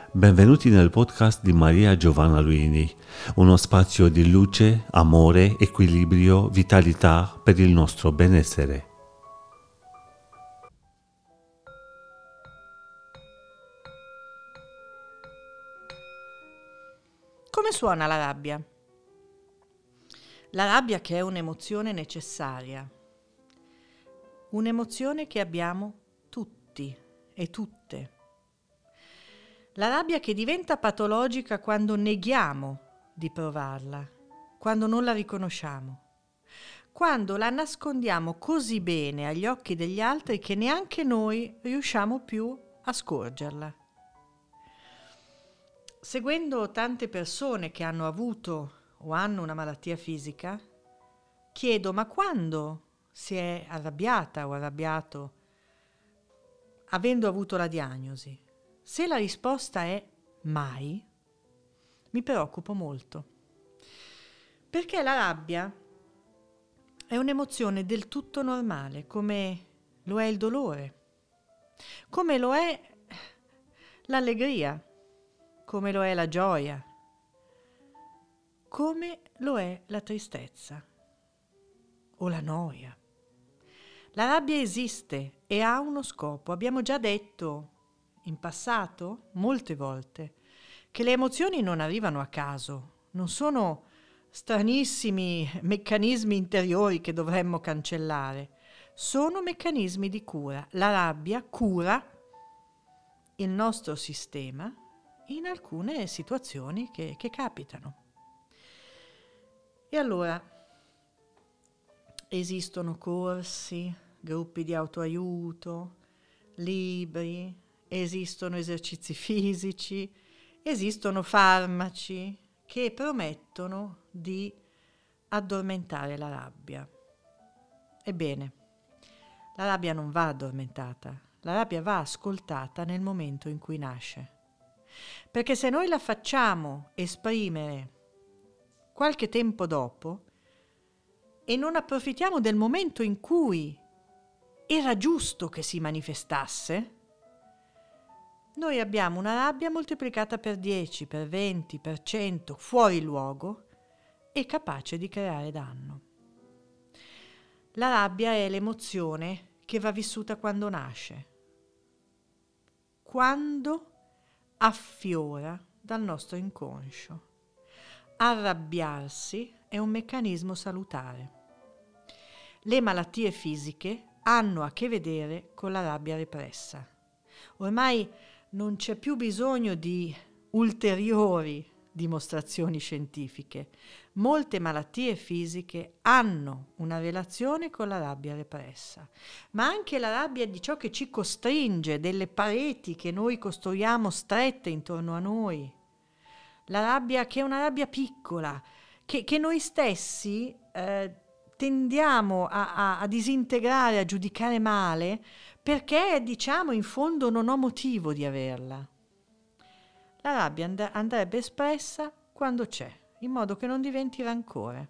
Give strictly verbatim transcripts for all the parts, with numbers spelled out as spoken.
Benvenuti nel podcast di Maria Giovanna Luini, uno spazio di luce, amore, equilibrio, vitalità per il nostro benessere. Come suona la rabbia? La rabbia che è un'emozione necessaria, un'emozione che abbiamo tutti e tutte. La rabbia che diventa patologica quando neghiamo di provarla, quando non la riconosciamo, quando la nascondiamo così bene agli occhi degli altri che neanche noi riusciamo più a scorgerla. Seguendo tante persone che hanno avuto o hanno una malattia fisica, chiedo: ma quando si è arrabbiata o arrabbiato avendo avuto la diagnosi? Se la risposta è mai, mi preoccupo molto. Perché la rabbia è un'emozione del tutto normale, come lo è il dolore, come lo è l'allegria, come lo è la gioia, come lo è la tristezza o la noia. La rabbia esiste e ha uno scopo. Abbiamo già detto in passato, molte volte, che le emozioni non arrivano a caso, non sono stranissimi meccanismi interiori che dovremmo cancellare, sono meccanismi di cura. La rabbia cura il nostro sistema in alcune situazioni che, che capitano. E allora esistono corsi, gruppi di autoaiuto, libri, esistono esercizi fisici, esistono farmaci che promettono di addormentare la rabbia. Ebbene, la rabbia non va addormentata, la rabbia va ascoltata nel momento in cui nasce. Perché se noi la facciamo esprimere qualche tempo dopo e non approfittiamo del momento in cui era giusto che si manifestasse, noi abbiamo una rabbia moltiplicata per dieci, per venti, per cento, fuori luogo e capace di creare danno. La rabbia è l'emozione che va vissuta quando nasce, quando affiora dal nostro inconscio. Arrabbiarsi è un meccanismo salutare. Le malattie fisiche hanno a che vedere con la rabbia repressa. Ormai non c'è più bisogno di ulteriori dimostrazioni scientifiche. Molte malattie fisiche hanno una relazione con la rabbia repressa, ma anche la rabbia di ciò che ci costringe, delle pareti che noi costruiamo strette intorno a noi. La rabbia che è una rabbia piccola, che, che noi stessi eh, tendiamo a, a, a disintegrare, a giudicare male, perché diciamo in fondo non ho motivo di averla. La rabbia and- andrebbe espressa quando c'è, in modo che non diventi rancore.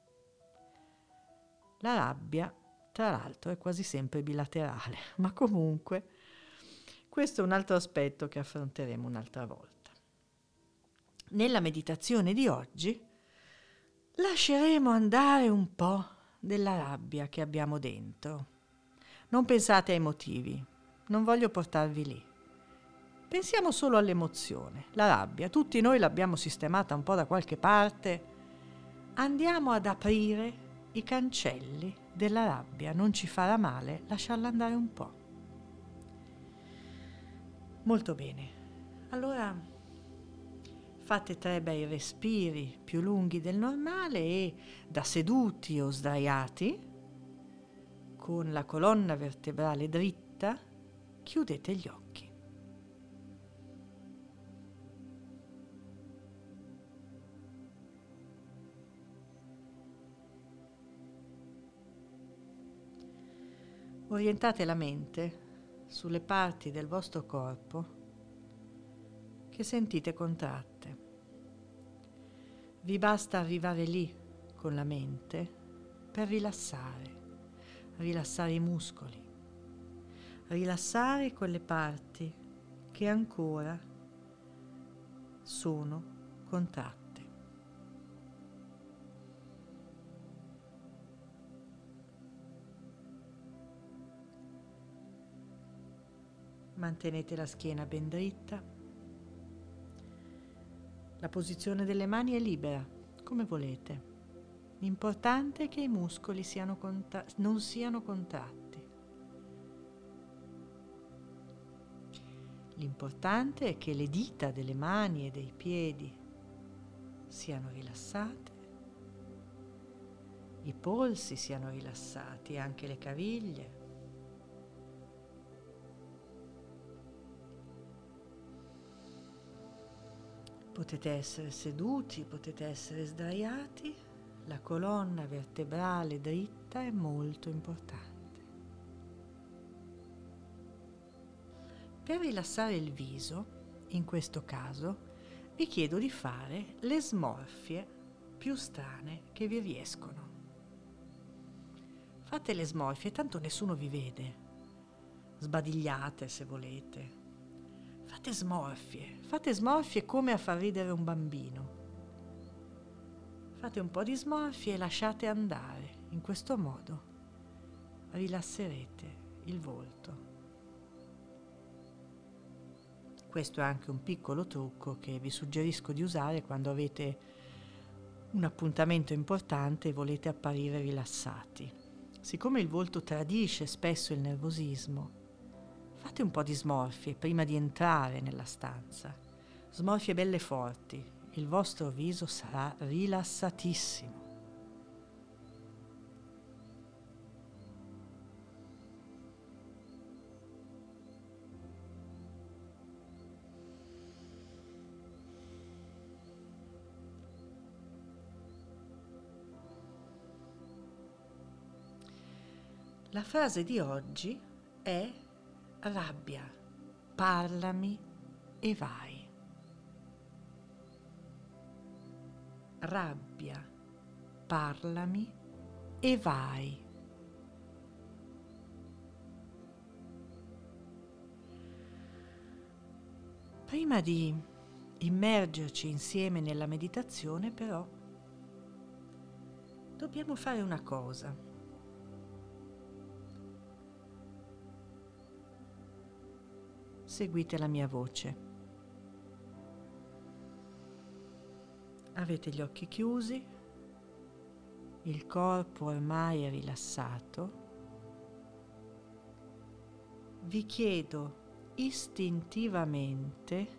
La rabbia, tra l'altro, è quasi sempre bilaterale, ma comunque questo è un altro aspetto che affronteremo un'altra volta. Nella meditazione di oggi lasceremo andare un po' della rabbia che abbiamo dentro. Non pensate ai motivi, non voglio portarvi lì. Pensiamo solo all'emozione, la rabbia. Tutti noi l'abbiamo sistemata un po' da qualche parte. Andiamo ad aprire i cancelli della rabbia. Non ci farà male lasciarla andare un po'. Molto bene. Allora fate tre bei respiri più lunghi del normale e da seduti o sdraiati, con la colonna vertebrale dritta, chiudete gli occhi. Orientate la mente sulle parti del vostro corpo che sentite contratte. Vi basta arrivare lì con la mente per rilassare, rilassare i muscoli, rilassare quelle parti che ancora sono contratte. Mantenete la schiena ben dritta. La posizione delle mani è libera, come volete. L'importante è che i muscoli siano contra- non siano contratti. L'importante è che le dita delle mani e dei piedi siano rilassate, i polsi siano rilassati, anche le caviglie. Potete essere seduti, potete essere sdraiati, la colonna vertebrale dritta è molto importante. Per rilassare il viso, in questo caso, vi chiedo di fare le smorfie più strane che vi riescono. Fate le smorfie, tanto nessuno vi vede. Sbadigliate se volete. Fate smorfie, fate smorfie come a far ridere un bambino. Fate un po' di smorfie e lasciate andare. In questo modo rilasserete il volto. Questo è anche un piccolo trucco che vi suggerisco di usare quando avete un appuntamento importante e volete apparire rilassati. Siccome il volto tradisce spesso il nervosismo, fate un po' di smorfie prima di entrare nella stanza. Smorfie belle forti, il vostro viso sarà rilassatissimo. La frase di oggi è rabbia, parlami e vai. Rabbia, parlami e vai. Prima di immergerci insieme nella meditazione, però, dobbiamo fare una cosa. Seguite la mia voce. Avete gli occhi chiusi, il corpo ormai è rilassato. Vi chiedo istintivamente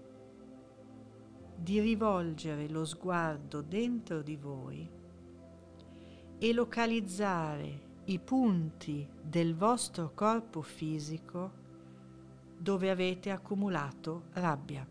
di rivolgere lo sguardo dentro di voi e localizzare i punti del vostro corpo fisico dove avete accumulato rabbia.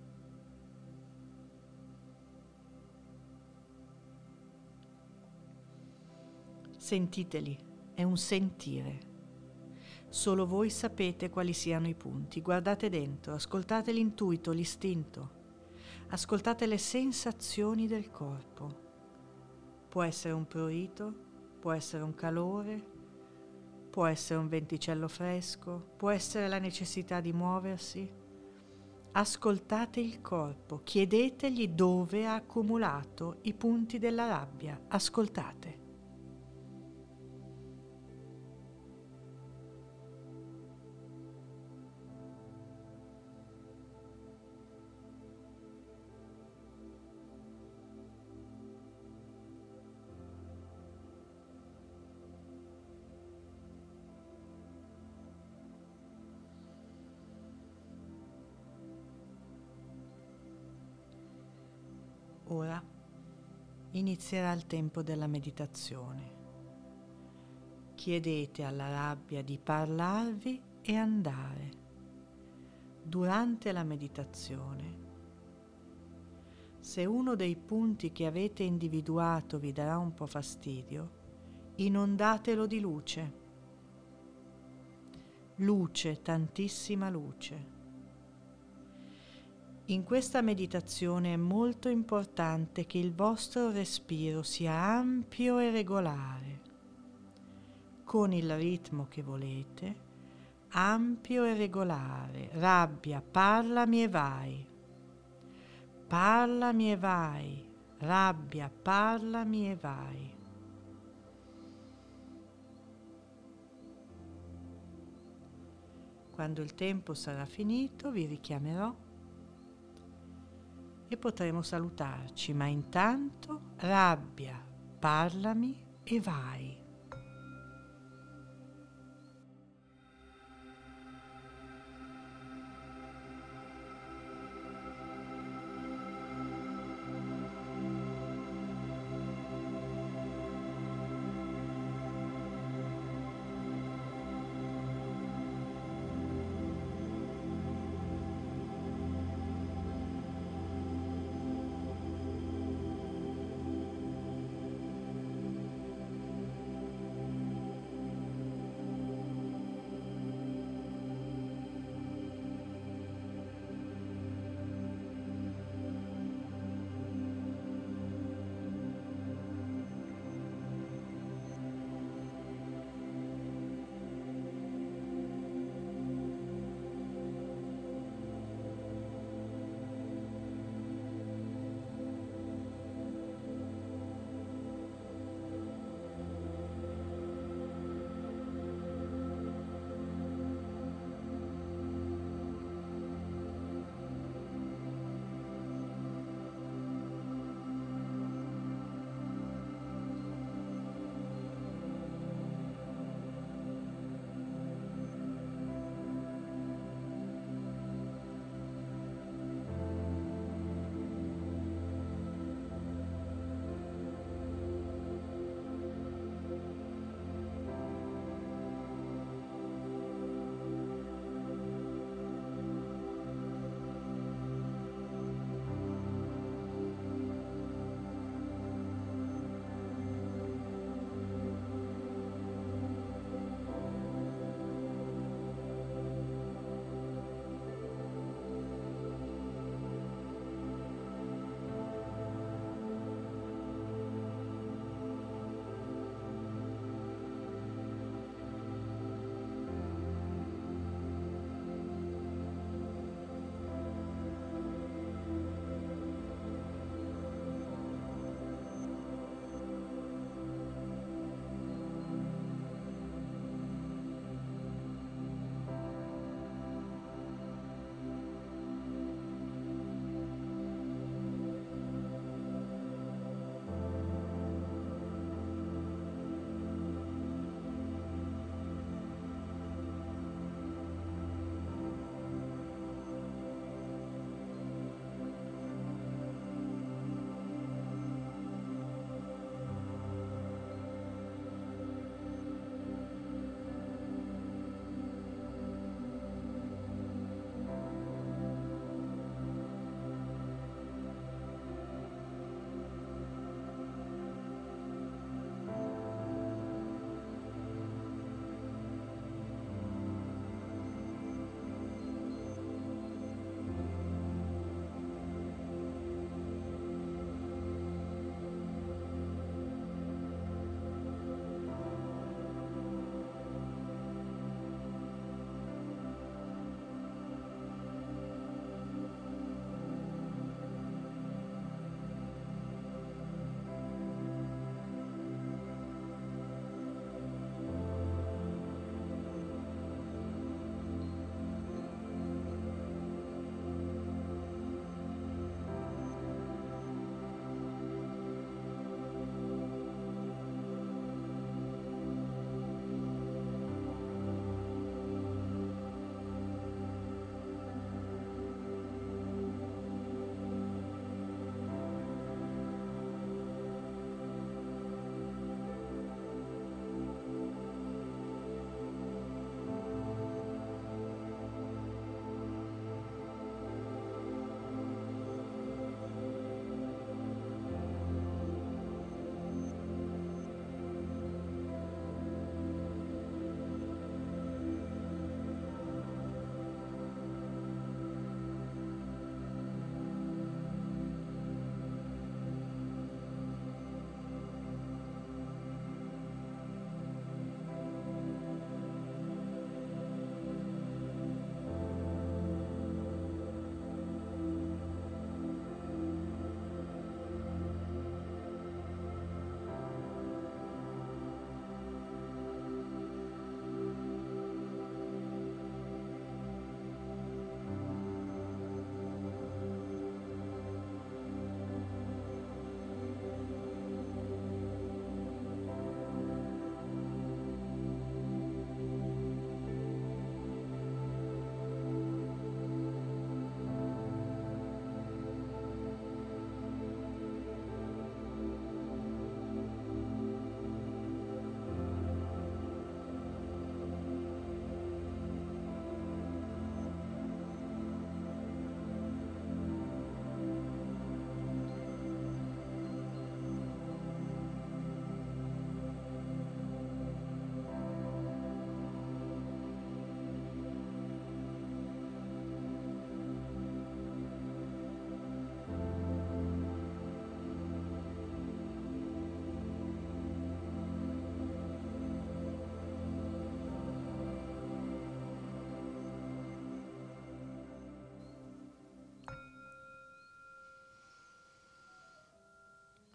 Sentiteli, è un sentire. Solo voi sapete quali siano i punti. Guardate dentro, ascoltate l'intuito, l'istinto, ascoltate le sensazioni del corpo. Può essere un prurito, può essere un calore, può essere un venticello fresco, può essere la necessità di muoversi. Ascoltate il corpo, chiedetegli dove ha accumulato i punti della rabbia. Ascoltate. Ora inizierà il tempo della meditazione. Chiedete alla rabbia di parlarvi e andare. Durante la meditazione, se uno dei punti che avete individuato vi darà un po' fastidio, inondatelo di luce. Luce, tantissima luce. In questa meditazione è molto importante che il vostro respiro sia ampio e regolare, con il ritmo che volete, ampio e regolare. Rabbia, parlami e vai. parlami e vai, rabbia, parlami e vai. Quando il tempo sarà finito vi richiamerò e potremo salutarci, ma intanto rabbia, parlami e vai.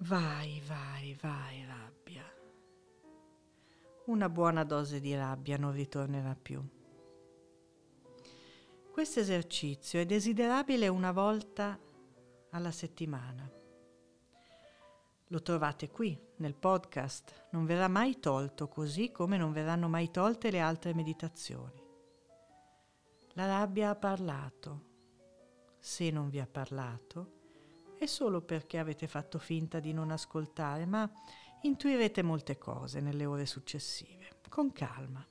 Vai, vai, vai, rabbia. Una buona dose di rabbia non ritornerà più. Questo esercizio è desiderabile una volta alla settimana. Lo trovate qui, nel podcast. Non verrà mai tolto, così come non verranno mai tolte le altre meditazioni. La rabbia ha parlato. Se non vi ha parlato, è solo perché avete fatto finta di non ascoltare, ma intuirete molte cose nelle ore successive, con calma.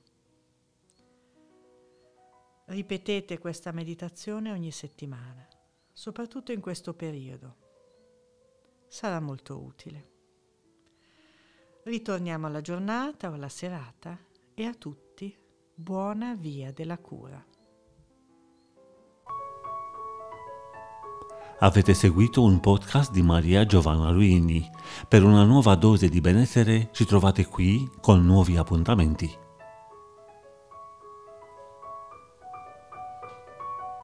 Ripetete questa meditazione ogni settimana, soprattutto in questo periodo. Sarà molto utile. Ritorniamo alla giornata o alla serata e a tutti buona via della cura. Avete seguito un podcast di Maria Giovanna Luini. Per una nuova dose di benessere ci trovate qui con nuovi appuntamenti.